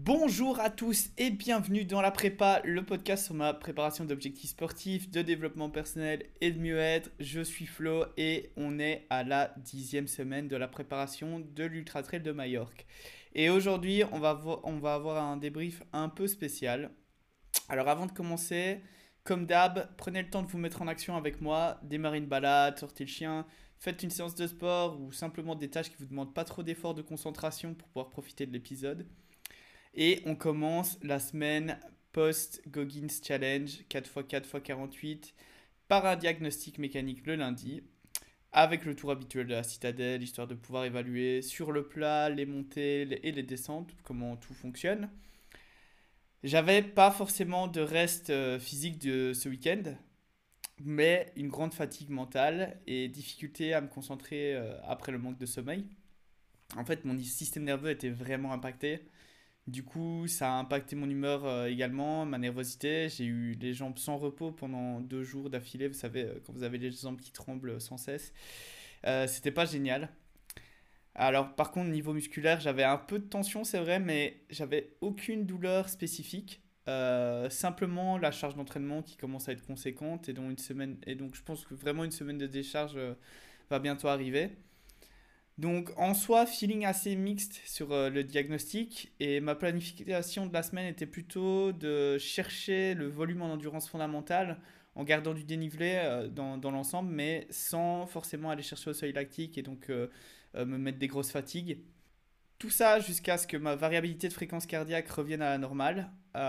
Bonjour à tous et bienvenue dans La Prépa, le podcast sur ma préparation d'objectifs sportifs, de développement personnel et de mieux-être. Je suis Flo et on est à la 10e semaine de la préparation de l'Ultra Trail de Majorque. Et aujourd'hui, on va avoir un débrief un peu spécial. Alors avant de commencer, comme d'hab, prenez le temps de vous mettre en action avec moi, démarrez une balade, sortez le chien, faites une séance de sport ou simplement des tâches qui vous demandent pas trop d'efforts de concentration pour pouvoir profiter de l'épisode. Et on commence la semaine post-Goggins Challenge 4x4x48 par un diagnostic mécanique le lundi, avec le tour habituel de la citadelle, histoire de pouvoir évaluer sur le plat les montées et les descentes, comment tout fonctionne. J'avais pas forcément de reste physique de ce week-end, mais une grande fatigue mentale et difficulté à me concentrer après le manque de sommeil. En fait, mon système nerveux était vraiment impacté. Du coup, ça a impacté mon humeur également, ma nervosité. J'ai eu les jambes sans repos pendant 2 jours d'affilée. Vous savez, quand vous avez les jambes qui tremblent sans cesse. C'était pas génial. Alors, par contre, niveau musculaire, j'avais un peu de tension, c'est vrai, mais j'avais aucune douleur spécifique. Simplement la charge d'entraînement qui commence à être conséquente et donc je pense que vraiment une semaine de décharge va bientôt arriver. Donc en soi, feeling assez mixte sur le diagnostic et ma planification de la semaine était plutôt de chercher le volume en endurance fondamentale en gardant du dénivelé dans l'ensemble, mais sans forcément aller chercher au seuil lactique et donc me mettre des grosses fatigues. Tout ça jusqu'à ce que ma variabilité de fréquence cardiaque revienne à la normale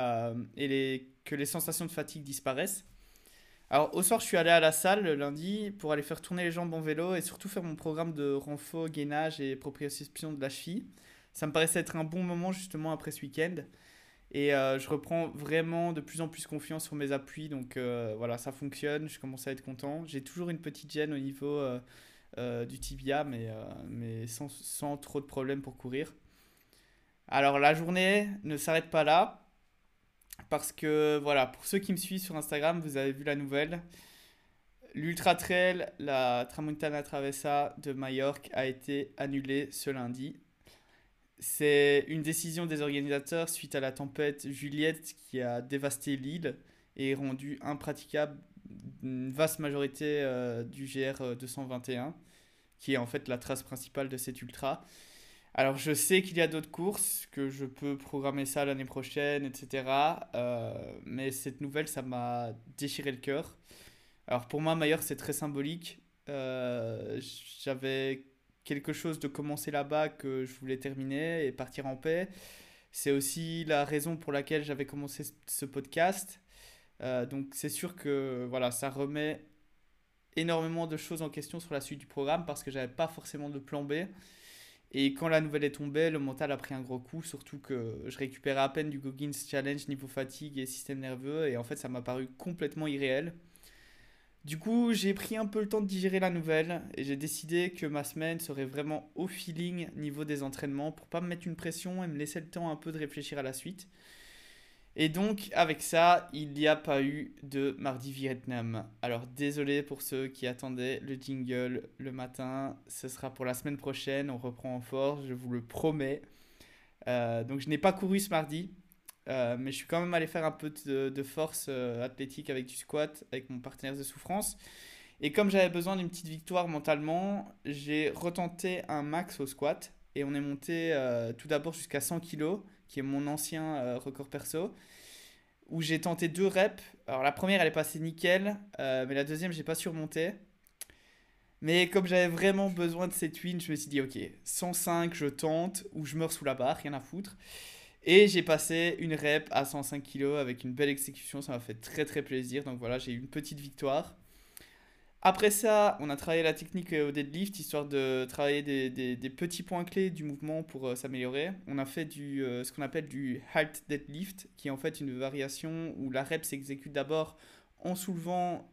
que les sensations de fatigue disparaissent. Alors, au soir, je suis allé à la salle le lundi pour aller faire tourner les jambes en vélo et surtout faire mon programme de renfort, gainage et proprioception de la cheville. Ça me paraissait être un bon moment justement après ce week-end. Et je reprends vraiment de plus en plus confiance sur mes appuis. Donc voilà, ça fonctionne, je commence à être content. J'ai toujours une petite gêne au niveau du tibia, mais sans trop de problèmes pour courir. Alors, la journée ne s'arrête pas là. Parce que voilà, pour ceux qui me suivent sur Instagram, vous avez vu la nouvelle. L'Ultra Trail, la Tramontana Travessa de Majorque a été annulée ce lundi. C'est une décision des organisateurs suite à la tempête Juliette qui a dévasté l'île et rendu impraticable une vaste majorité du GR 221, qui est en fait la trace principale de cet ultra. Alors je sais qu'il y a d'autres courses, que je peux programmer ça l'année prochaine, etc. Mais cette nouvelle, ça m'a déchiré le cœur. Alors pour moi, Mayor, c'est très symbolique. J'avais quelque chose de commencer là-bas que je voulais terminer et partir en paix. C'est aussi la raison pour laquelle j'avais commencé ce podcast. Donc c'est sûr que voilà, ça remet énormément de choses en question sur la suite du programme parce que j'avais pas forcément de plan B. Et quand la nouvelle est tombée, le mental a pris un gros coup, surtout que je récupérais à peine du Goggins Challenge niveau fatigue et système nerveux, et en fait ça m'a paru complètement irréel. Du coup, j'ai pris un peu le temps de digérer la nouvelle et j'ai décidé que ma semaine serait vraiment au feeling niveau des entraînements pour pas me mettre une pression et me laisser le temps un peu de réfléchir à la suite. Et donc, avec ça, il n'y a pas eu de mardi Vietnam. Alors, désolé pour ceux qui attendaient le jingle le matin. Ce sera pour la semaine prochaine. On reprend en force, je vous le promets. Donc, je n'ai pas couru ce mardi. Mais je suis quand même allé faire un peu de force athlétique avec du squat, avec mon partenaire de souffrance. Et comme j'avais besoin d'une petite victoire mentalement, j'ai retenté un max au squat. Et on est monté tout d'abord jusqu'à 100 kilos, qui est mon ancien record perso, où j'ai tenté 2 reps. Alors la première, elle est passée nickel, mais la deuxième, j'ai pas surmonté. Mais comme j'avais vraiment besoin de cette win, je me suis dit, ok, 105, je tente, ou je meurs sous la barre, rien à foutre. Et j'ai passé une rep à 105 kilos avec une belle exécution, ça m'a fait très très plaisir. Donc voilà, j'ai eu une petite victoire. Après ça, on a travaillé la technique au deadlift, histoire de travailler des petits points clés du mouvement pour s'améliorer. On a fait ce qu'on appelle du halt deadlift, qui est en fait une variation où la rep s'exécute d'abord en soulevant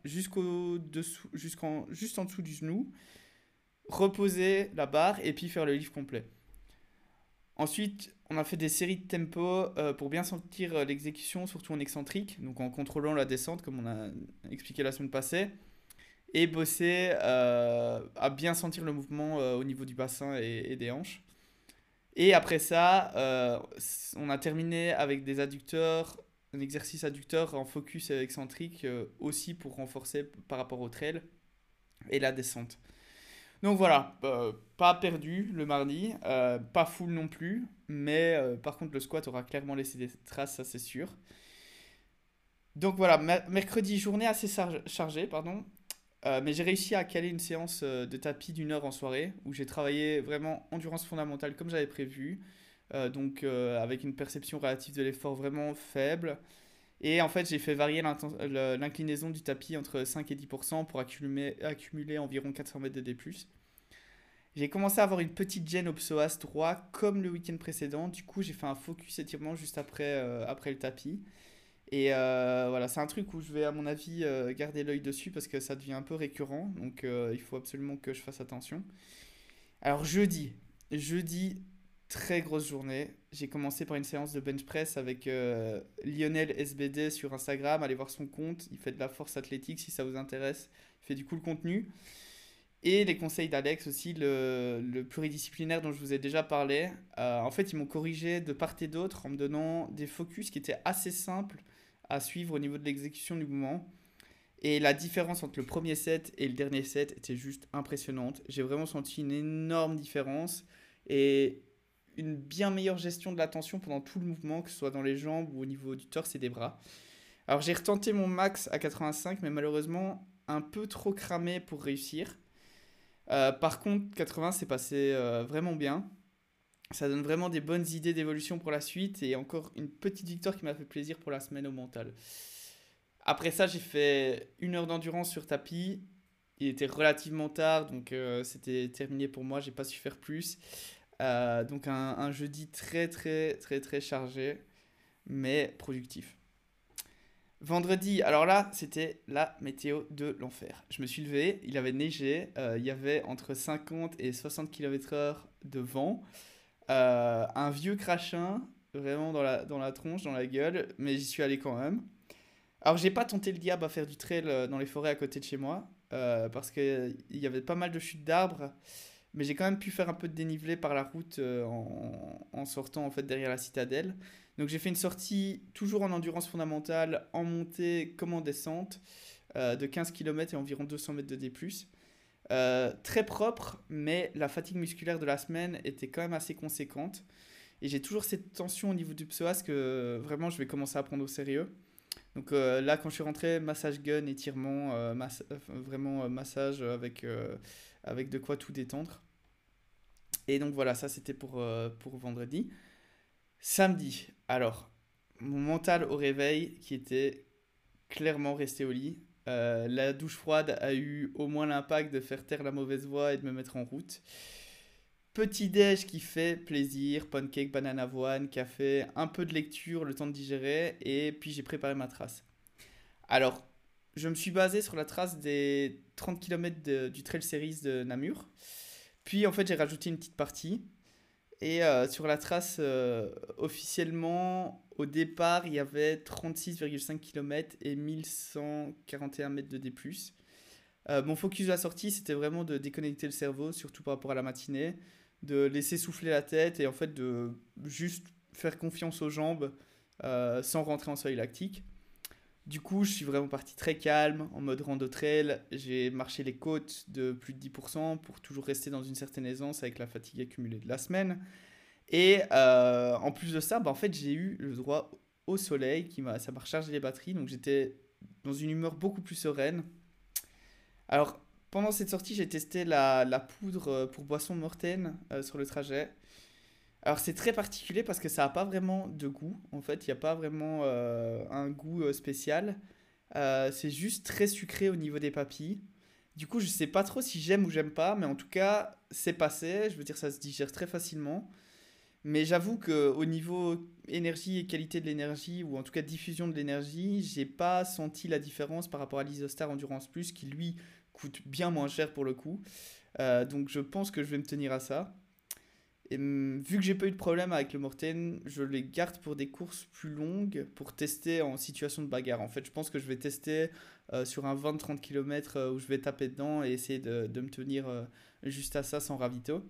juste en dessous du genou, reposer la barre et puis faire le lift complet. Ensuite, on a fait des séries de tempo pour bien sentir l'exécution, surtout en excentrique, donc en contrôlant la descente, comme on a expliqué la semaine passée, et bosser à bien sentir le mouvement au niveau du bassin et des hanches. Et après ça, on a terminé avec des adducteurs, un exercice adducteur en focus et excentrique aussi pour renforcer par rapport au trail et la descente. Donc voilà, pas perdu le mardi, pas full non plus, mais par contre le squat aura clairement laissé des traces, ça c'est sûr. Donc voilà, mercredi journée assez chargée, pardon. Mais j'ai réussi à caler une séance de tapis d'une heure en soirée où j'ai travaillé vraiment endurance fondamentale comme j'avais prévu. Donc avec une perception relative de l'effort vraiment faible. Et en fait, j'ai fait varier l'inclinaison du tapis entre 5 et 10% pour accumuler environ 400 mètres de D+. J'ai commencé à avoir une petite gêne au psoas droit comme le week-end précédent. Du coup, j'ai fait un focus étirement juste après le tapis. Et voilà, c'est un truc où je vais, à mon avis, garder l'œil dessus parce que ça devient un peu récurrent. Donc, il faut absolument que je fasse attention. Alors, jeudi, très grosse journée. J'ai commencé par une séance de bench press avec Lionel SBD sur Instagram. Allez voir son compte. Il fait de la force athlétique si ça vous intéresse. Il fait du cool contenu. Et les conseils d'Alex aussi, le pluridisciplinaire dont je vous ai déjà parlé. En fait, ils m'ont corrigé de part et d'autre en me donnant des focus qui étaient assez simples à suivre au niveau de l'exécution du mouvement. Et la différence entre le premier set et le dernier set était juste impressionnante. J'ai vraiment senti une énorme différence et une bien meilleure gestion de la tension pendant tout le mouvement, que ce soit dans les jambes ou au niveau du torse et des bras. Alors j'ai retenté mon max à 85, mais malheureusement un peu trop cramé pour réussir. Par contre, 80 c'est passé vraiment bien. Ça donne vraiment des bonnes idées d'évolution pour la suite et encore une petite victoire qui m'a fait plaisir pour la semaine au mental. Après ça, j'ai fait une heure d'endurance sur tapis. Il était relativement tard, donc c'était terminé pour moi. J'ai pas su faire plus. Donc un jeudi très très très très chargé, mais productif. Vendredi, alors là, c'était la météo de l'enfer. Je me suis levé, il avait neigé, il y avait entre 50 et 60 km/h de vent, un vieux crachin, vraiment dans la tronche, dans la gueule, mais j'y suis allé quand même. Alors, j'ai pas tenté le diable à faire du trail dans les forêts à côté de chez moi, parce qu'il y avait pas mal de chutes d'arbres, mais j'ai quand même pu faire un peu de dénivelé par la route en sortant en fait derrière la citadelle. Donc j'ai fait une sortie toujours en endurance fondamentale, en montée comme en descente, de 15 km et environ 200 mètres de D+. Très propre, mais la fatigue musculaire de la semaine était quand même assez conséquente. Et j'ai toujours cette tension au niveau du psoas que vraiment je vais commencer à prendre au sérieux. Donc là, quand je suis rentré, massage gun, étirement, vraiment massage avec de quoi tout détendre. Et donc voilà, ça c'était pour vendredi. Samedi, alors, mon mental au réveil qui était clairement resté au lit. La douche froide a eu au moins l'impact de faire taire la mauvaise voix et de me mettre en route. Petit déj qui fait plaisir, pancake, banane avoine, café, un peu de lecture, le temps de digérer, et puis j'ai préparé ma trace. Alors, je me suis basé sur la trace des 30 km du Trail Series de Namur. Puis en fait, j'ai rajouté une petite partie. Et sur la trace, officiellement, au départ, il y avait 36,5 km et 1141 mètres de D+. Mon focus de la sortie, c'était vraiment de déconnecter le cerveau, surtout par rapport à la matinée, de laisser souffler la tête et en fait de juste faire confiance aux jambes sans rentrer en seuil lactique. Du coup, je suis vraiment parti très calme, en mode rando trail. J'ai marché les côtes de plus de 10% pour toujours rester dans une certaine aisance avec la fatigue accumulée de la semaine. Et en plus de ça, bah, en fait, j'ai eu le droit au soleil, ça m'a rechargé les batteries, donc j'étais dans une humeur beaucoup plus sereine. Alors, pendant cette sortie, j'ai testé la poudre pour boisson Morten sur le trajet. Alors, c'est très particulier parce que ça n'a pas vraiment de goût. En fait, il n'y a pas vraiment un goût spécial. C'est juste très sucré au niveau des papilles. Du coup, je sais pas trop si j'aime ou j'aime pas, mais en tout cas, c'est passé. Je veux dire, ça se digère très facilement. Mais j'avoue que au niveau énergie et qualité de l'énergie, ou en tout cas diffusion de l'énergie, j'ai pas senti la différence par rapport à l'Isostar Endurance Plus, qui lui coûte bien moins cher pour le coup. Donc je pense que je vais me tenir à ça. Et vu que j'ai pas eu de problème avec le Morten, je les garde pour des courses plus longues pour tester en situation de bagarre. En fait, je pense que je vais tester sur un 20-30 km où je vais taper dedans et essayer de me tenir juste à ça sans ravito.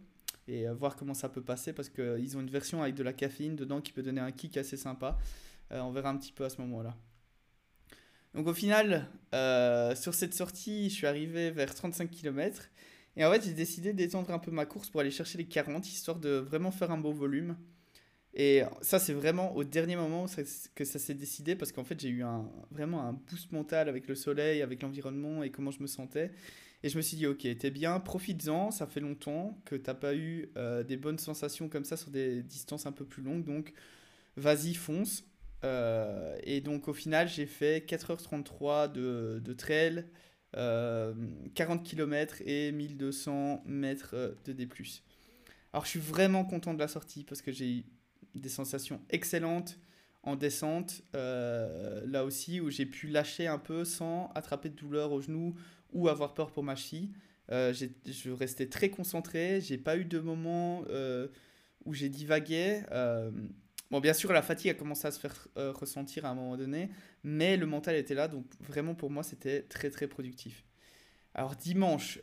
et voir comment ça peut passer parce qu'ils ont une version avec de la caféine dedans qui peut donner un kick assez sympa. On verra un petit peu à ce moment-là. Donc au final, sur cette sortie, je suis arrivé vers 35 km. Et en fait, j'ai décidé d'étendre un peu ma course pour aller chercher les 40, histoire de vraiment faire un beau volume. Et ça, c'est vraiment au dernier moment que ça s'est décidé, parce qu'en fait, j'ai eu vraiment un boost mental avec le soleil, avec l'environnement et comment je me sentais. Et je me suis dit, ok, t'es bien, profites-en, ça fait longtemps que t'as pas eu des bonnes sensations comme ça sur des distances un peu plus longues, donc vas-y, fonce. Et donc au final, j'ai fait 4h33 de trail, euh, 40 km et 1200 mètres de D+. Alors je suis vraiment content de la sortie parce que j'ai eu des sensations excellentes en descente, là aussi où j'ai pu lâcher un peu sans attraper de douleur au genou ou avoir peur pour ma cheville. Je restais très concentré, j'ai pas eu de moment où j'ai divagué. Bon, bien sûr, la fatigue a commencé à se faire ressentir à un moment donné, mais le mental était là, donc vraiment pour moi c'était très très productif. Alors dimanche,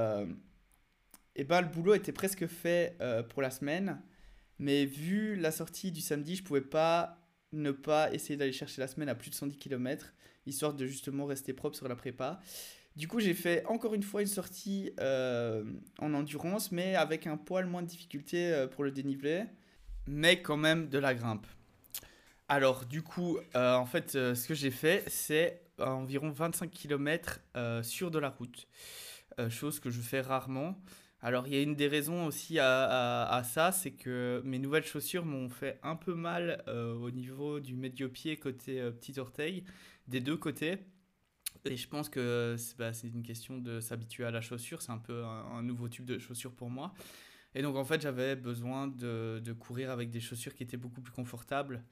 eh ben, le boulot était presque fait pour la semaine, mais vu la sortie du samedi, je pouvais pas ne pas essayer d'aller chercher la semaine à plus de 110 km, histoire de justement rester propre sur la prépa. Du coup, j'ai fait encore une fois une sortie en endurance, mais avec un poil moins de difficulté pour le dénivelé, mais quand même de la grimpe. Alors, du coup, en fait, ce que j'ai fait, c'est environ 25 km sur de la route, chose que je fais rarement. Alors, il y a une des raisons aussi à ça, c'est que mes nouvelles chaussures m'ont fait un peu mal au niveau du médio-pied côté petit orteil, des deux côtés. Et je pense que c'est une question de s'habituer à la chaussure, c'est un peu un nouveau type de chaussure pour moi. Et donc, en fait, j'avais besoin de courir avec des chaussures qui étaient beaucoup plus confortables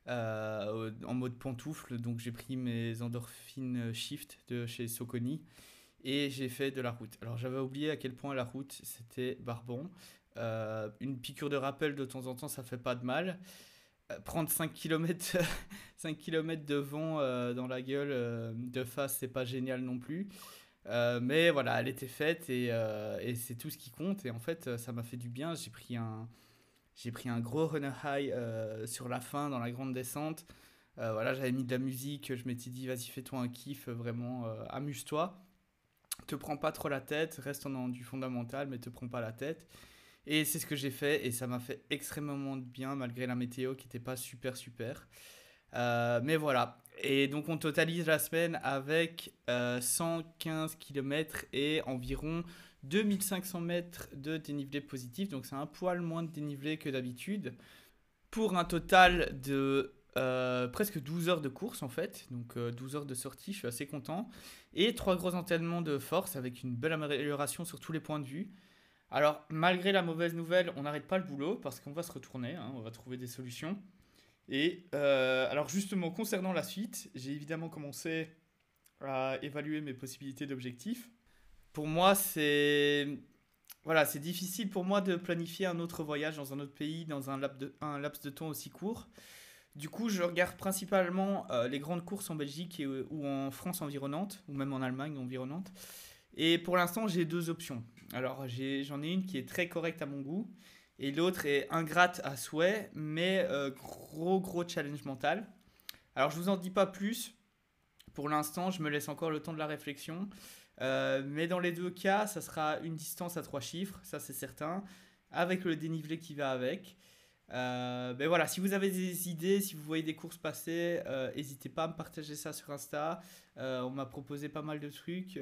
en mode pantoufle. Donc j'ai pris mes endorphines shift de chez Soconi et j'ai fait de la route. Alors j'avais oublié à quel point la route c'était barbant. Une piqûre de rappel de temps en temps ça fait pas de mal. Prendre 5 km, 5 km de vent dans la gueule de face c'est pas génial non plus. Mais voilà, elle était faite et c'est tout ce qui compte. Et en fait, ça m'a fait du bien. J'ai pris un gros runner high sur la fin dans la grande descente. Voilà, j'avais mis de la musique, je m'étais dit vas-y fais-toi un kiff, vraiment amuse-toi. Te prends pas trop la tête, reste dans du fondamental mais te prends pas la tête. Et c'est ce que j'ai fait et ça m'a fait extrêmement de bien malgré la météo qui n'était pas super super. Mais voilà. Et donc on totalise la semaine avec 115 km et environ 2500 mètres de dénivelé positif. Donc c'est un poil moins de dénivelé que d'habitude. Pour un total de presque 12 heures de course en fait. Donc 12 heures de sortie, je suis assez content. Et 3 gros entraînements de force avec une belle amélioration sur tous les points de vue. Alors malgré la mauvaise nouvelle, on n'arrête pas le boulot parce qu'on va se retourner, hein, on va trouver des solutions. Et alors justement, concernant la suite, j'ai évidemment commencé à évaluer mes possibilités d'objectifs. Pour moi, c'est difficile pour moi de planifier un autre voyage dans un autre pays dans un laps de temps aussi court. Du coup, je regarde principalement les grandes courses en Belgique ou en France environnante, ou même en Allemagne environnante. Et pour l'instant, j'ai deux options. Alors, j'en ai une qui est très correcte à mon goût, et l'autre est ingrate à souhait, mais gros gros challenge mental. Alors, je vous en dis pas plus. Pour l'instant, je me laisse encore le temps de la réflexion. Mais dans les deux cas, ça sera une distance à trois chiffres, ça c'est certain, avec le dénivelé qui va avec. Ben voilà, si vous avez des idées, si vous voyez des courses passer, n'hésitez pas à me partager ça sur Insta. On m'a proposé pas mal de trucs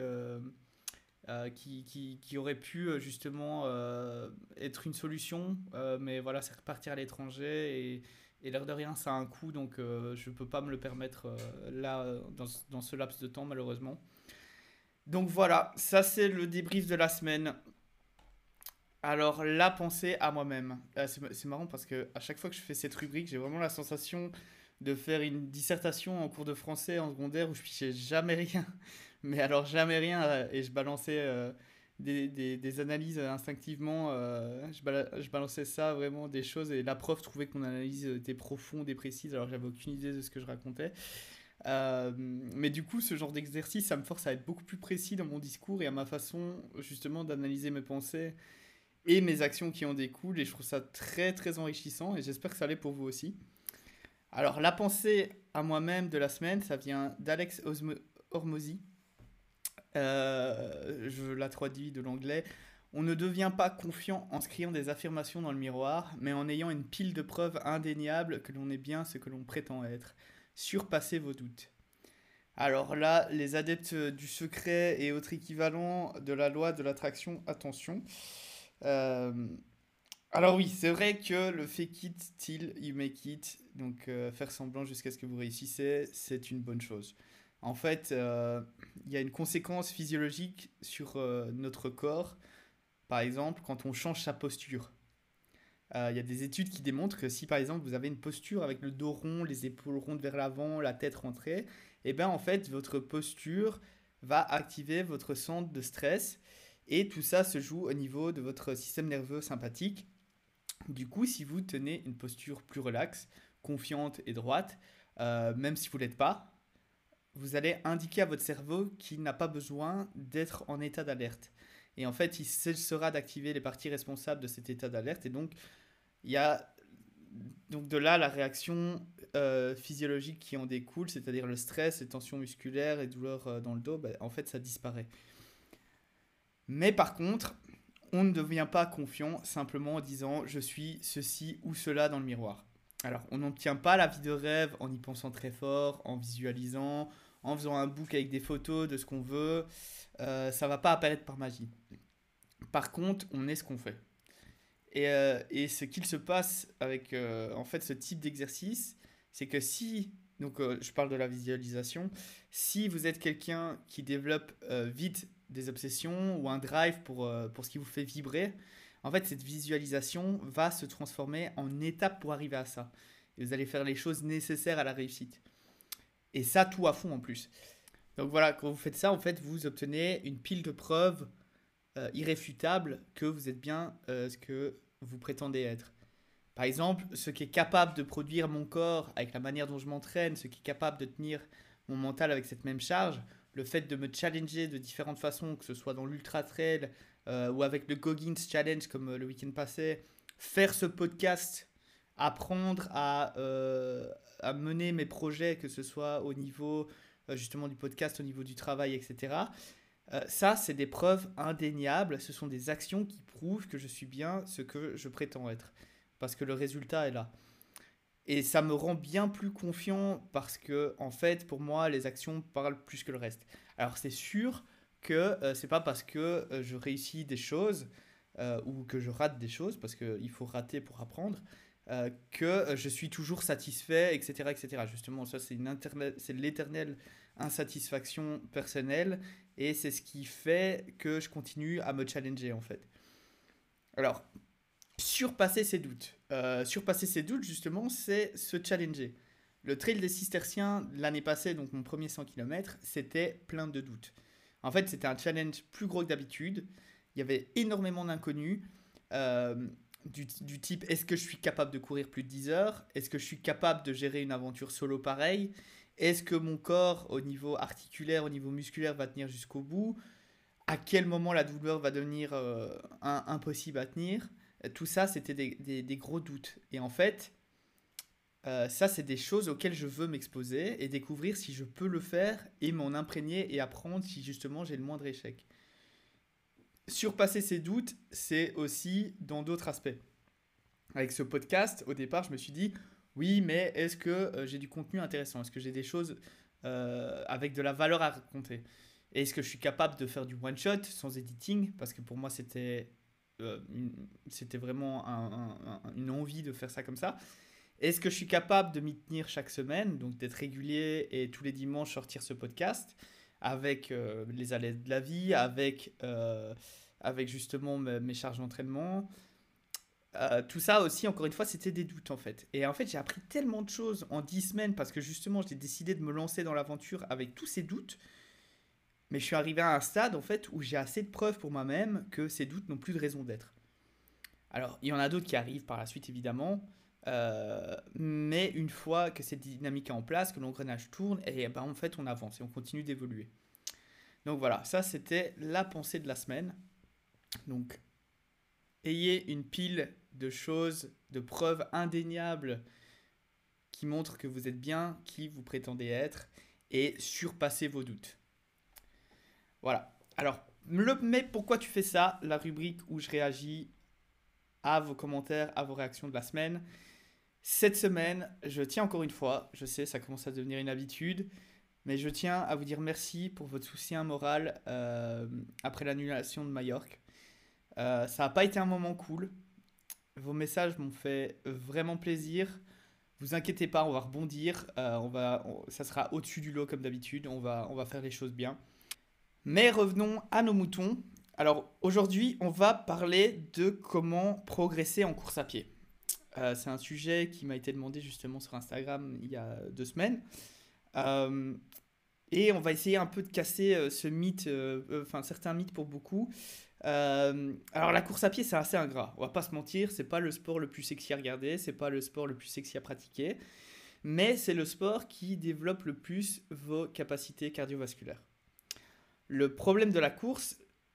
qui auraient pu justement être une solution. Mais voilà, c'est repartir à l'étranger et l'air de rien, ça a un coût, donc je ne peux pas me le permettre là, dans ce laps de temps, malheureusement. Donc voilà, ça c'est le débrief de la semaine. Alors, la pensée à moi-même. C'est marrant parce que à chaque fois que je fais cette rubrique, j'ai vraiment la sensation de faire une dissertation en cours de français en secondaire où je fichais jamais rien. Mais alors jamais rien et je balançais des analyses instinctivement. Je balançais ça vraiment des choses et la prof trouvait que mon analyse était profonde et précise alors que j'avais aucune idée de ce que je racontais. Mais du coup, ce genre d'exercice, ça me force à être beaucoup plus précis dans mon discours et à ma façon justement d'analyser mes pensées et mes actions qui en découlent. Et je trouve ça très très enrichissant et j'espère que ça l'est pour vous aussi. Alors la pensée à moi-même de la semaine, ça vient d'Alex Hormozy. Je la traduis de l'anglais. On ne devient pas confiant en se criant des affirmations dans le miroir, mais en ayant une pile de preuves indéniables que l'on est bien ce que l'on prétend être. Surpassez vos doutes. Alors là, les adeptes du secret et autres équivalents de la loi de l'attraction, attention. Euh, alors oui, c'est vrai que le fake it till you make it, donc faire semblant jusqu'à ce que vous réussissez, c'est une bonne chose. En fait, il y a une conséquence physiologique sur notre corps, par exemple, quand on change sa posture. Il y a des études qui démontrent que si par exemple vous avez une posture avec le dos rond, les épaules rondes vers l'avant, la tête rentrée, et bien en fait votre posture va activer votre centre de stress et tout ça se joue au niveau de votre système nerveux sympathique. Du coup, si vous tenez une posture plus relaxe, confiante et droite, même si vous ne l'êtes pas, vous allez indiquer à votre cerveau qu'il n'a pas besoin d'être en état d'alerte. Et en fait, il cessera d'activer les parties responsables de cet état d'alerte. Et donc, il y a donc de là la réaction physiologique qui en découle, c'est-à-dire le stress, les tensions musculaires et douleurs dans le dos, bah, en fait, ça disparaît. Mais par contre, on ne devient pas confiant simplement en disant je suis ceci ou cela dans le miroir. Alors, on n'obtient pas la vie de rêve en y pensant très fort, en visualisant, en faisant un book avec des photos de ce qu'on veut. Ça va pas apparaître par magie. Par contre, on est ce qu'on fait. Et ce qu'il se passe avec en fait ce type d'exercice, c'est que si, donc je parle de la visualisation, si vous êtes quelqu'un qui développe vite des obsessions ou un drive pour ce qui vous fait vibrer, en fait cette visualisation va se transformer en étape pour arriver à ça. Et vous allez faire les choses nécessaires à la réussite. Et ça tout à fond en plus. Donc voilà, quand vous faites ça, en fait, vous obtenez une pile de preuves irréfutables que vous êtes bien ce que vous prétendez être. Par exemple, ce qui est capable de produire mon corps avec la manière dont je m'entraîne, ce qui est capable de tenir mon mental avec cette même charge, le fait de me challenger de différentes façons, que ce soit dans l'ultra trail ou avec le Goggins Challenge comme le week-end passé, faire ce podcast, apprendre à mener mes projets, que ce soit au niveau justement du podcast, au niveau du travail, etc. Ça, c'est des preuves indéniables. Ce sont des actions qui prouvent que je suis bien ce que je prétends être. Parce que le résultat est là. Et ça me rend bien plus confiant parce que, en fait, pour moi, les actions parlent plus que le reste. Alors, c'est sûr que c'est pas parce que je réussis des choses ou que je rate des choses, parce qu'il faut rater pour apprendre, que je suis toujours satisfait, etc. etc. Justement, ça, c'est l'éternelle insatisfaction personnelle et c'est ce qui fait que je continue à me challenger en fait. Alors, surpasser ses doutes, justement, c'est se challenger. Le trail des Cisterciens l'année passée, donc mon premier 100 km, c'était plein de doutes. En fait, c'était un challenge plus gros que d'habitude. Il y avait énormément d'inconnus. Du type est-ce que je suis capable de courir plus de 10 heures? Est-ce que je suis capable de gérer une aventure solo pareil? Est-ce que mon corps, au niveau articulaire, au niveau musculaire, va tenir jusqu'au bout? À quel moment la douleur va devenir impossible à tenir? Tout ça, c'était des gros doutes. Et en fait, ça, c'est des choses auxquelles je veux m'exposer et découvrir si je peux le faire et m'en imprégner et apprendre si justement j'ai le moindre échec. Surpasser ces doutes, c'est aussi dans d'autres aspects. Avec ce podcast, au départ, je me suis dit, oui, mais est-ce que j'ai du contenu intéressant? Est-ce que j'ai des choses avec de la valeur à raconter? Et est-ce que je suis capable de faire du one-shot sans editing? Parce que pour moi, c'était vraiment une envie de faire ça comme ça. Est-ce que je suis capable de m'y tenir chaque semaine, donc d'être régulier et tous les dimanches sortir ce podcast avec les aléas de la vie, avec justement mes charges d'entraînement. Tout ça aussi, encore une fois, c'était des doutes en fait. Et en fait, j'ai appris tellement de choses en 10 semaines parce que justement, j'ai décidé de me lancer dans l'aventure avec tous ces doutes. Mais je suis arrivé à un stade en fait où j'ai assez de preuves pour moi-même que ces doutes n'ont plus de raison d'être. Alors, il y en a d'autres qui arrivent par la suite évidemment. Mais une fois que cette dynamique est en place, que l'engrenage tourne, et ben en fait on avance et on continue d'évoluer. Donc voilà, ça c'était la pensée de la semaine. Donc Ayez une pile de choses, de preuves indéniables qui montrent que vous êtes bien qui vous prétendez être et surpassez vos doutes. Voilà. Alors, mais pourquoi tu fais ça? La rubrique où je réagis à vos commentaires, à vos réactions de la semaine. Cette semaine, je tiens encore une fois, je sais, ça commence à devenir une habitude, mais je tiens à vous dire merci pour votre soutien moral après l'annulation de Majorque. Ça n'a pas été un moment cool. Vos messages m'ont fait vraiment plaisir. Vous inquiétez pas, on va rebondir. Ça sera au-dessus du lot comme d'habitude. On va faire les choses bien. Mais revenons à nos moutons. Alors aujourd'hui, on va parler de comment progresser en course à pied. C'est un sujet qui m'a été demandé justement sur Instagram il y a 2 semaines. Euh, et on va essayer un peu de casser ce mythe, enfin certains mythes pour beaucoup. Alors la course à pied c'est assez ingrat, on va pas se mentir, c'est pas le sport le plus sexy à regarder, c'est pas le sport le plus sexy à pratiquer, mais c'est le sport qui développe le plus vos capacités cardiovasculaires. Le problème de la course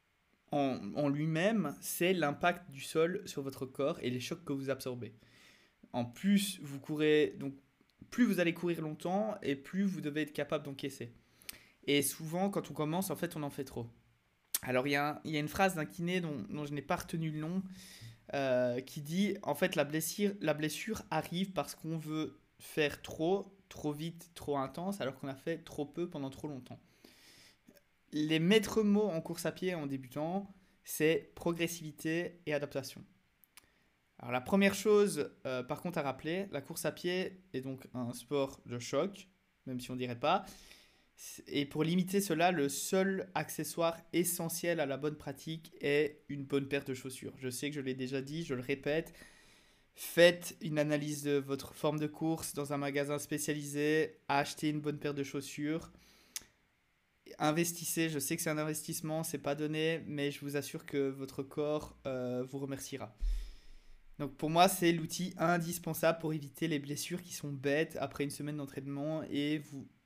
en lui-même, c'est l'impact du sol sur votre corps et les chocs que vous absorbez. En plus, vous courez, donc plus vous allez courir longtemps et plus vous devez être capable d'encaisser. Et souvent, quand on commence, en fait, on en fait trop. Alors, il y a une phrase d'un kiné dont je n'ai pas retenu le nom, qui dit, en fait, la blessure arrive parce qu'on veut faire trop, trop vite, trop intense, alors qu'on a fait trop peu pendant trop longtemps. Les maîtres mots en course à pied en débutant, c'est progressivité et adaptation. Alors la première chose, par contre, à rappeler, la course à pied est donc un sport de choc, même si on ne dirait pas. Et pour limiter cela, le seul accessoire essentiel à la bonne pratique est une bonne paire de chaussures. Je sais que je l'ai déjà dit, je le répète. Faites une analyse de votre forme de course dans un magasin spécialisé. Achetez une bonne paire de chaussures. Investissez, je sais que c'est un investissement, c'est pas donné, mais je vous assure que votre corps vous remerciera. Donc pour moi, c'est l'outil indispensable pour éviter les blessures qui sont bêtes après une semaine d'entraînement et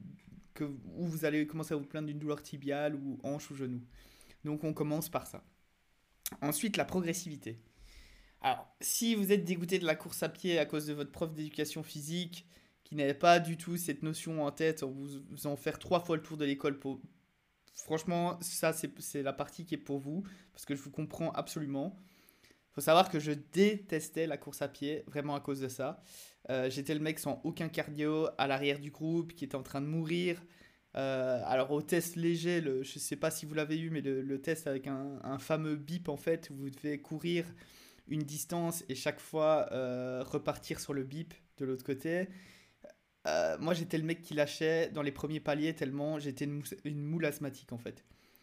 où vous allez commencer à vous plaindre d'une douleur tibiale ou hanche ou genou. Donc on commence par ça. Ensuite, la progressivité. Alors, si vous êtes dégoûté de la course à pied à cause de votre prof d'éducation physique qui n'avait pas du tout cette notion en tête, en vous faisant faire 3 fois le tour de l'école franchement, ça c'est la partie qui est pour vous, parce que je vous comprends absolument. Il faut savoir que je détestais la course à pied, vraiment à cause de ça. J'étais le mec sans aucun cardio, à l'arrière du groupe, qui était en train de mourir. Alors au test léger, je ne sais pas si vous l'avez eu, mais le test avec un fameux bip en fait, où vous devez courir une distance et chaque fois repartir sur le bip de l'autre côté. Moi j'étais le mec qui lâchait dans les premiers paliers tellement j'étais une moule asthmatique en fait.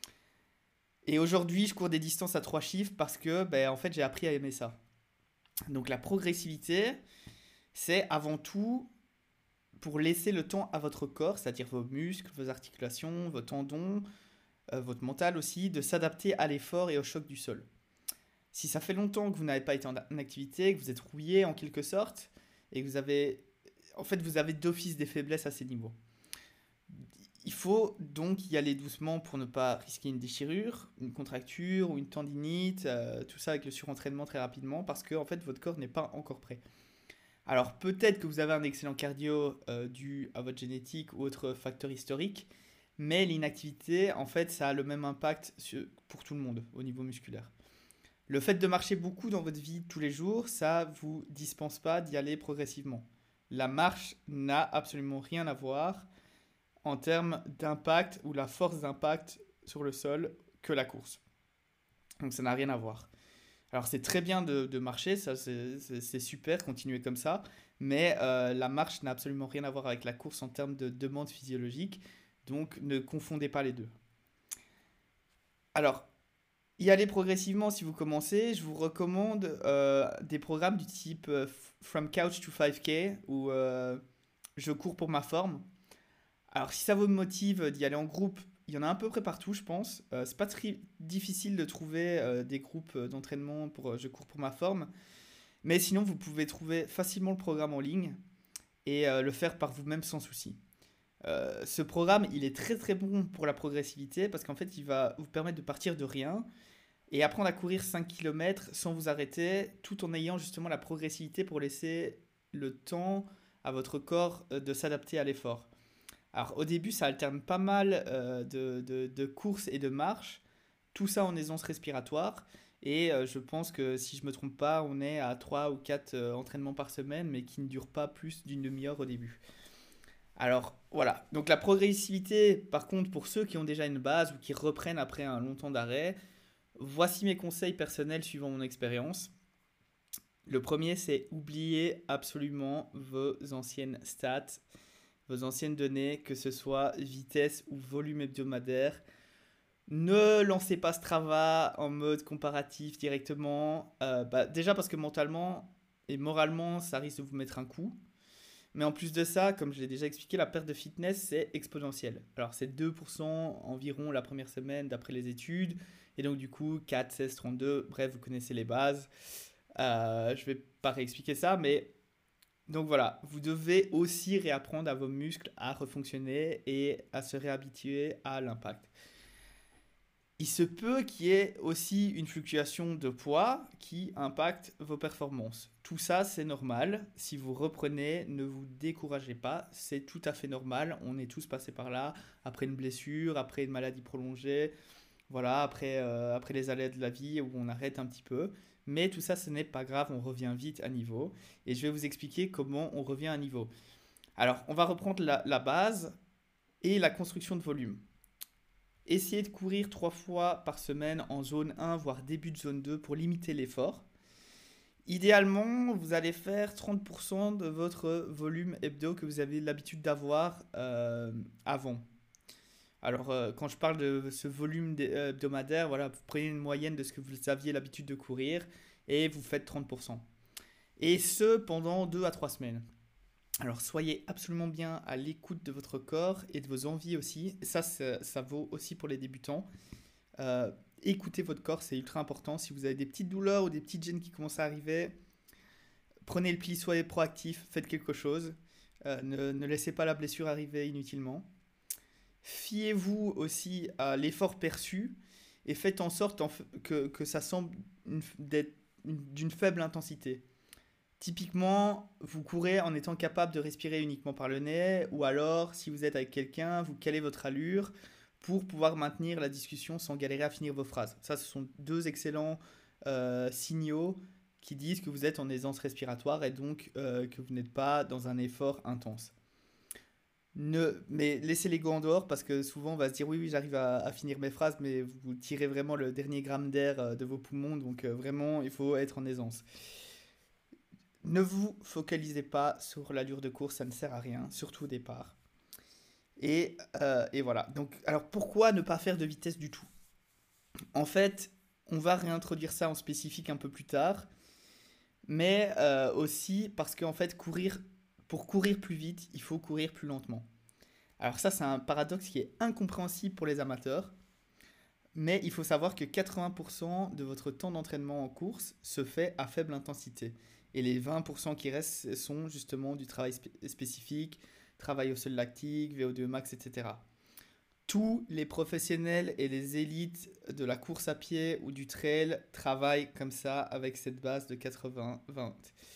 Et aujourd'hui je cours des distances à 3 chiffres parce que ben, en fait j'ai appris à aimer ça. Donc la progressivité, c'est avant tout pour laisser le temps à votre corps, c'est-à-dire vos muscles, vos articulations, vos tendons, votre mental aussi, de s'adapter à l'effort et au choc du sol. Si ça fait longtemps que vous n'avez pas été en activité, que vous êtes rouillé en quelque sorte, et que vous avez d'office des faiblesses à ces niveaux. Il faut donc y aller doucement pour ne pas risquer une déchirure, une contracture ou une tendinite, tout ça avec le surentraînement très rapidement, parce que en fait votre corps n'est pas encore prêt. Alors peut-être que vous avez un excellent cardio dû à votre génétique ou autre facteur historique, mais l'inactivité, en fait, ça a le même impact pour tout le monde au niveau musculaire. Le fait de marcher beaucoup dans votre vie tous les jours, ça vous dispense pas d'y aller progressivement. La marche n'a absolument rien à voir en termes d'impact ou la force d'impact sur le sol que la course. Donc ça n'a rien à voir. Alors c'est très bien de marcher, ça c'est super, continuer comme ça, mais la marche n'a absolument rien à voir avec la course en termes de demande physiologique, donc ne confondez pas les deux. Alors, y aller progressivement si vous commencez, je vous recommande des programmes du type From Couch to 5K ou Je cours pour ma forme. Alors si ça vous motive d'y aller en groupe, il y en a à peu près partout je pense. C'est pas très difficile de trouver des groupes d'entraînement pour Je cours pour ma forme. Mais sinon vous pouvez trouver facilement le programme en ligne et le faire par vous-même sans souci. Ce programme il est très très bon pour la progressivité parce qu'en fait il va vous permettre de partir de rien et apprendre à courir 5 km sans vous arrêter, tout en ayant justement la progressivité pour laisser le temps à votre corps de s'adapter à l'effort. Alors au début, ça alterne pas mal de courses et de marches, tout ça en aisance respiratoire. Et je pense que si je me trompe pas, on est à 3 ou 4 entraînements par semaine, mais qui ne durent pas plus d'une demi-heure au début. Alors voilà, donc la progressivité, par contre, pour ceux qui ont déjà une base ou qui reprennent après un long temps d'arrêt, voici mes conseils personnels suivant mon expérience. Le premier, c'est oublier absolument vos anciennes stats, vos anciennes données, que ce soit vitesse ou volume hebdomadaire. Ne lancez pas Strava en mode comparatif directement. Déjà parce que mentalement et moralement, ça risque de vous mettre un coup. Mais en plus de ça, comme je l'ai déjà expliqué, la perte de fitness, c'est exponentiel. Alors c'est 2% environ la première semaine d'après les études. Et donc du coup, 4, 16, 32, bref, vous connaissez les bases. Je ne vais pas réexpliquer ça, mais donc voilà, vous devez aussi réapprendre à vos muscles à refonctionner et à se réhabituer à l'impact. Il se peut qu'il y ait aussi une fluctuation de poids qui impacte vos performances. Tout ça, c'est normal. Si vous reprenez, ne vous découragez pas. C'est tout à fait normal. On est tous passés par là. Après une blessure, après une maladie prolongée, voilà, après les aléas de la vie où on arrête un petit peu. Mais tout ça, ce n'est pas grave. On revient vite à niveau. Et je vais vous expliquer comment on revient à niveau. Alors, on va reprendre la base et la construction de volume. Essayez de courir 3 fois par semaine en zone 1, voire début de zone 2 pour limiter l'effort. Idéalement, vous allez faire 30% de votre volume hebdo que vous avez l'habitude d'avoir avant. Alors, quand je parle de ce volume hebdomadaire, voilà, vous prenez une moyenne de ce que vous aviez l'habitude de courir et vous faites 30%. Et ce, pendant 2 à 3 semaines. Alors soyez absolument bien à l'écoute de votre corps et de vos envies aussi. Ça vaut aussi pour les débutants. Écoutez votre corps, c'est ultra important. Si vous avez des petites douleurs ou des petites gênes qui commencent à arriver, prenez le pli, soyez proactif, faites quelque chose. Ne laissez pas la blessure arriver inutilement. Fiez-vous aussi à l'effort perçu et faites en sorte que ça semble d'une faible intensité. Typiquement, vous courez en étant capable de respirer uniquement par le nez, ou alors, si vous êtes avec quelqu'un, vous calez votre allure pour pouvoir maintenir la discussion sans galérer à finir vos phrases. Ça, ce sont deux excellents signaux qui disent que vous êtes en aisance respiratoire et donc que vous n'êtes pas dans un effort intense. Mais laissez l'ego en dehors parce que souvent on va se dire oui, oui, j'arrive à finir mes phrases, mais vous tirez vraiment le dernier gramme d'air de vos poumons, donc vraiment, il faut être en aisance. Ne vous focalisez pas sur l'allure de course, ça ne sert à rien, surtout au départ. Et voilà. Donc, alors pourquoi ne pas faire de vitesse du tout? En fait, on va réintroduire ça en spécifique un peu plus tard, mais aussi parce qu'en fait, pour courir plus vite, il faut courir plus lentement. Alors ça, c'est un paradoxe qui est incompréhensible pour les amateurs, mais il faut savoir que 80% de votre temps d'entraînement en course se fait à faible intensité. Et les 20% qui restent sont justement du travail spécifique, travail au sol lactique, VO2 max, etc. Tous les professionnels et les élites de la course à pied ou du trail travaillent comme ça avec cette base de 80-20.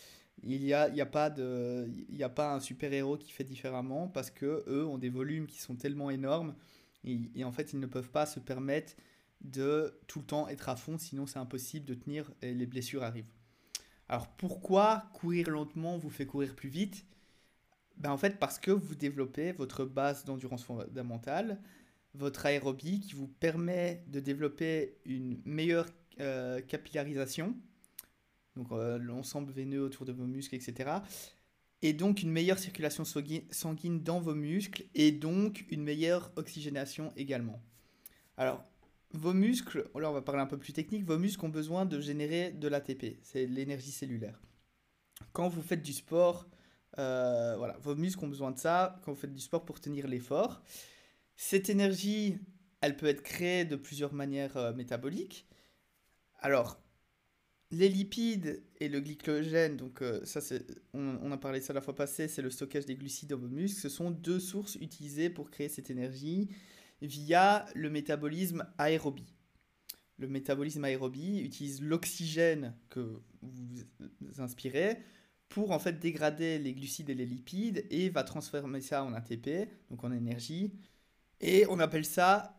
Il y a pas un super-héros qui fait différemment parce que eux ont des volumes qui sont tellement énormes et en fait ils ne peuvent pas se permettre de tout le temps être à fond, sinon c'est impossible de tenir et les blessures arrivent. Alors pourquoi courir lentement vous fait courir plus vite? En fait parce que vous développez votre base d'endurance fondamentale, votre aérobie qui vous permet de développer une meilleure capillarisation, donc l'ensemble veineux autour de vos muscles, etc. Et donc une meilleure circulation sanguine dans vos muscles et donc une meilleure oxygénation également. Alors, vos muscles, là on va parler un peu plus technique, vos muscles ont besoin de générer de l'ATP, c'est l'énergie cellulaire. Quand vous faites du sport, voilà, vos muscles ont besoin de ça quand vous faites du sport pour tenir l'effort. Cette énergie, elle peut être créée de plusieurs manières métaboliques. Alors, les lipides et le glycogène, donc on a parlé de ça la fois passée, c'est le stockage des glucides dans vos muscles. Ce sont deux sources utilisées pour créer cette énergie via le métabolisme aérobie. le métabolisme aérobie utilise l'oxygène que vous inspirez pour en fait dégrader les glucides et les lipides et va transformer ça en ATP, donc en énergie. Et on appelle ça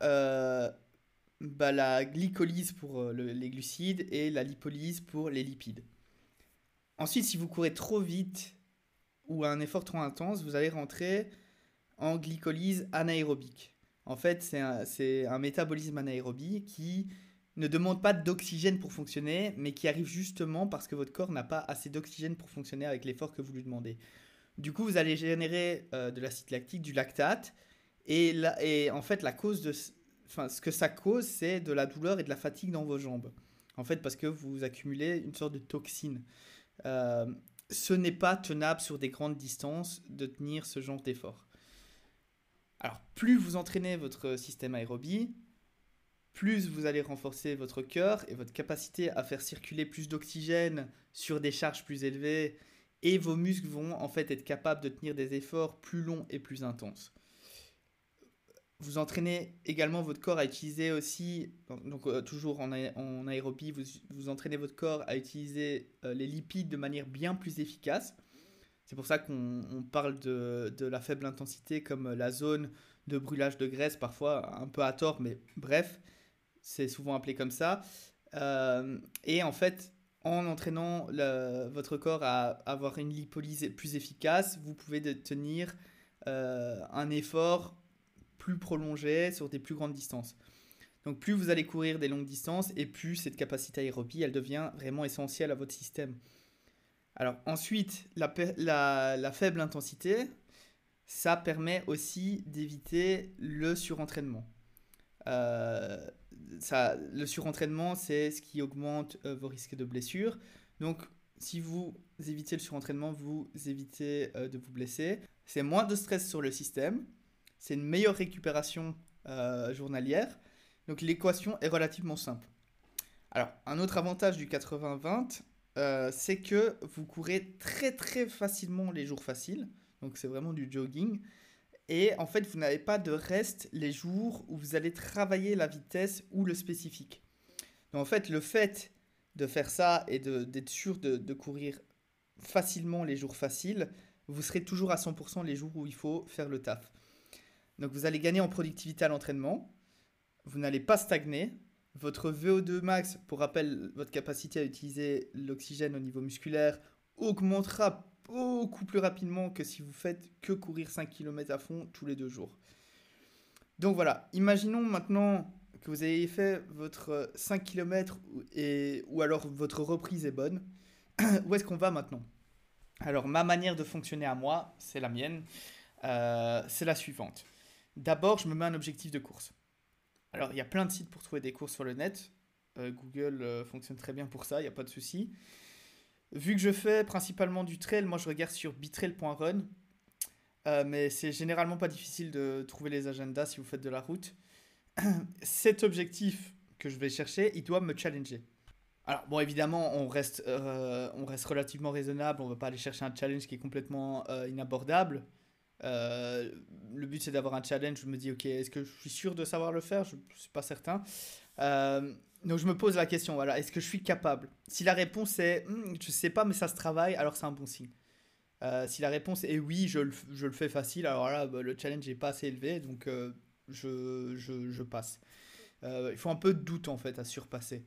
la glycolyse pour les glucides et la lipolyse pour les lipides. Ensuite, si vous courez trop vite ou à un effort trop intense, vous allez rentrer en glycolyse anaérobique. En fait, c'est un métabolisme anaérobie qui ne demande pas d'oxygène pour fonctionner, mais qui arrive justement parce que votre corps n'a pas assez d'oxygène pour fonctionner avec l'effort que vous lui demandez. Du coup, vous allez générer de l'acide lactique, du lactate, et en fait, ce que ça cause, c'est de la douleur et de la fatigue dans vos jambes. En fait, parce que vous accumulez une sorte de toxine. Euh, Ce n'est pas tenable sur des grandes distances de tenir ce genre d'effort. Alors, plus vous entraînez votre système aérobie, plus vous allez renforcer votre cœur et votre capacité à faire circuler plus d'oxygène sur des charges plus élevées, et vos muscles vont en fait être capables de tenir des efforts plus longs et plus intenses. Vous entraînez également votre corps à utiliser aussi, donc toujours en aérobie, vous entraînez votre corps à utiliser les lipides de manière bien plus efficace. C'est pour ça qu'on parle de la faible intensité comme la zone de brûlage de graisse, parfois un peu à tort, mais bref, c'est souvent appelé comme ça. Et en fait, en entraînant votre corps à avoir une lipolyse plus efficace, vous pouvez tenir un effort plus prolongé sur des plus grandes distances. Donc plus vous allez courir des longues distances et plus cette capacité aérobie, elle devient vraiment essentielle à votre système. Alors ensuite, la faible intensité, ça permet aussi d'éviter le surentraînement. Le surentraînement, c'est ce qui augmente vos risques de blessures. Donc si vous évitez le surentraînement, vous évitez de vous blesser. C'est moins de stress sur le système. C'est une meilleure récupération journalière. Donc l'équation est relativement simple. Alors, un autre avantage du 80-20, c'est que vous courez très très facilement les jours faciles. Donc c'est vraiment du jogging. Et en fait, vous n'avez pas de reste les jours où vous allez travailler la vitesse ou le spécifique. Donc en fait, le fait de faire ça et d'être sûr de courir facilement les jours faciles, vous serez toujours à 100% les jours où il faut faire le taf. Donc vous allez gagner en productivité à l'entraînement, vous n'allez pas stagner, votre VO2 max, pour rappel, votre capacité à utiliser l'oxygène au niveau musculaire, augmentera beaucoup plus rapidement que si vous faites que courir 5 km à fond tous les 2 jours. Donc voilà, imaginons maintenant que vous avez fait votre 5 km ou alors votre reprise est bonne. Où est-ce qu'on va maintenant? Alors ma manière de fonctionner à moi, c'est la mienne, c'est la suivante. D'abord, je me mets un objectif de course. Alors, il y a plein de sites pour trouver des courses sur le net. Google fonctionne très bien pour ça, il n'y a pas de souci. Vu que je fais principalement du trail, moi je regarde sur bitrail.run. Mais c'est généralement pas difficile de trouver les agendas si vous faites de la route. Cet objectif que je vais chercher, il doit me challenger. Alors, bon, évidemment, on reste relativement raisonnable. On ne va pas aller chercher un challenge qui est complètement inabordable. Le but c'est d'avoir un challenge. Je me dis ok, est-ce que je suis sûr de savoir le faire? Je ne suis pas certain. Donc je me pose la question, voilà, est-ce que je suis capable? Si la réponse est je sais pas mais ça se travaille, alors c'est un bon signe. Si la réponse est oui, je le fais facile, alors là le challenge n'est pas assez élevé, donc je passe. Il faut un peu de doute en fait à surpasser.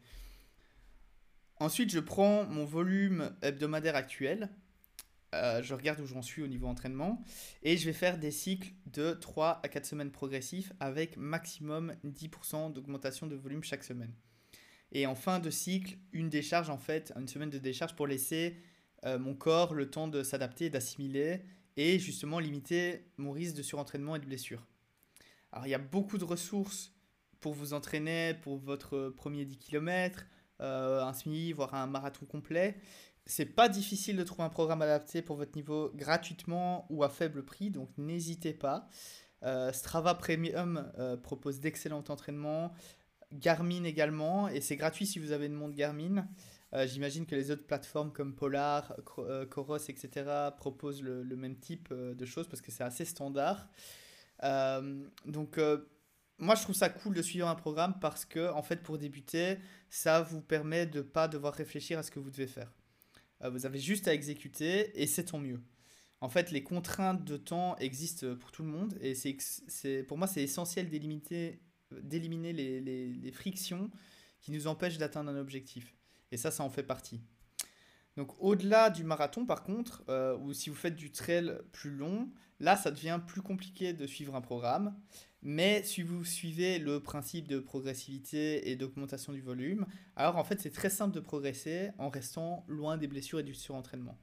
Ensuite je prends mon volume hebdomadaire actuel. Je regarde où j'en suis au niveau entraînement et je vais faire des cycles de 3 à 4 semaines progressifs avec maximum 10% d'augmentation de volume chaque semaine. Et en fin de cycle, une décharge en fait, une semaine de décharge pour laisser mon corps le temps de s'adapter, d'assimiler et justement limiter mon risque de surentraînement et de blessure. Alors il y a beaucoup de ressources pour vous entraîner pour votre premier 10 km, un semi, voire un marathon complet. C'est pas difficile de trouver un programme adapté pour votre niveau gratuitement ou à faible prix, donc n'hésitez pas. Strava Premium propose d'excellents entraînements, Garmin également, et c'est gratuit si vous avez une montre Garmin. J'imagine que les autres plateformes comme Polar, Coros, etc. proposent le même type de choses parce que c'est assez standard. Donc moi, je trouve ça cool de suivre un programme parce que, en fait, pour débuter, ça vous permet de pas devoir réfléchir à ce que vous devez faire. Vous avez juste à exécuter et c'est tant mieux. En fait, les contraintes de temps existent pour tout le monde et pour moi, c'est essentiel d'éliminer les frictions qui nous empêchent d'atteindre un objectif. Et ça en fait partie. Donc, au-delà du marathon, par contre, ou si vous faites du trail plus long, là, ça devient plus compliqué de suivre un programme. Mais si vous suivez le principe de progressivité et d'augmentation du volume, alors en fait, c'est très simple de progresser en restant loin des blessures et du surentraînement.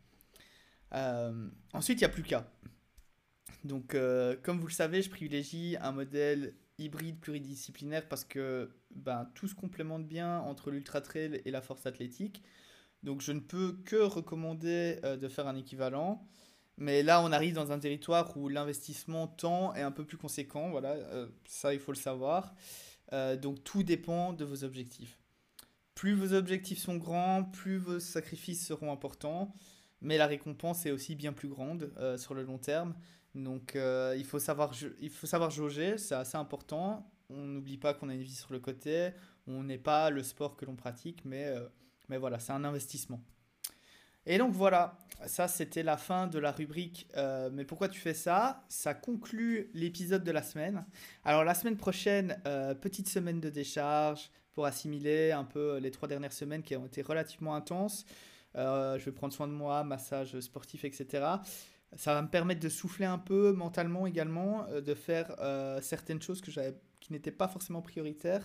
Ensuite, il n'y a plus qu'à. Donc, comme vous le savez, je privilégie un modèle hybride pluridisciplinaire parce que ben, tout se complémente bien entre l'ultra trail et la force athlétique. Donc, je ne peux que recommander de faire un équivalent. Mais là, on arrive dans un territoire où l'investissement temps est un peu plus conséquent. Voilà, ça, il faut le savoir. Donc, tout dépend de vos objectifs. Plus vos objectifs sont grands, plus vos sacrifices seront importants, mais la récompense est aussi bien plus grande sur le long terme. Donc il faut savoir jauger, c'est assez important. On n'oublie pas qu'on a une vie sur le côté, on n'est pas le sport que l'on pratique, mais voilà, c'est un investissement. Et donc voilà, ça c'était la fin de la rubrique mais pourquoi tu fais ça? Ça conclut l'épisode de la semaine. Alors la semaine prochaine, petite semaine de décharge pour assimiler un peu les 3 dernières semaines qui ont été relativement intenses. Je vais prendre soin de moi, massage sportif, etc. Ça va me permettre de souffler un peu mentalement également, de faire certaines choses qui n'étaient pas forcément prioritaires.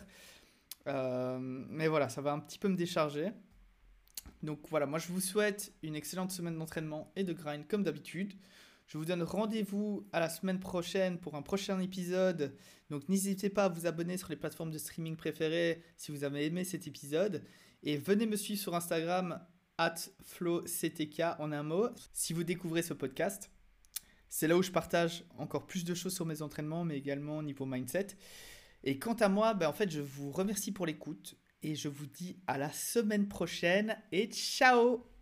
Mais voilà, ça va un petit peu me décharger. Donc voilà, moi je vous souhaite une excellente semaine d'entraînement et de grind comme d'habitude. Je vous donne rendez-vous à la semaine prochaine pour un prochain épisode. Donc n'hésitez pas à vous abonner sur les plateformes de streaming préférées si vous avez aimé cet épisode. Et venez me suivre sur Instagram @flowctk en un mot si vous découvrez ce podcast. C'est là où je partage encore plus de choses sur mes entraînements, mais également au niveau mindset. Et quant à moi, ben en fait, je vous remercie pour l'écoute et je vous dis à la semaine prochaine et ciao!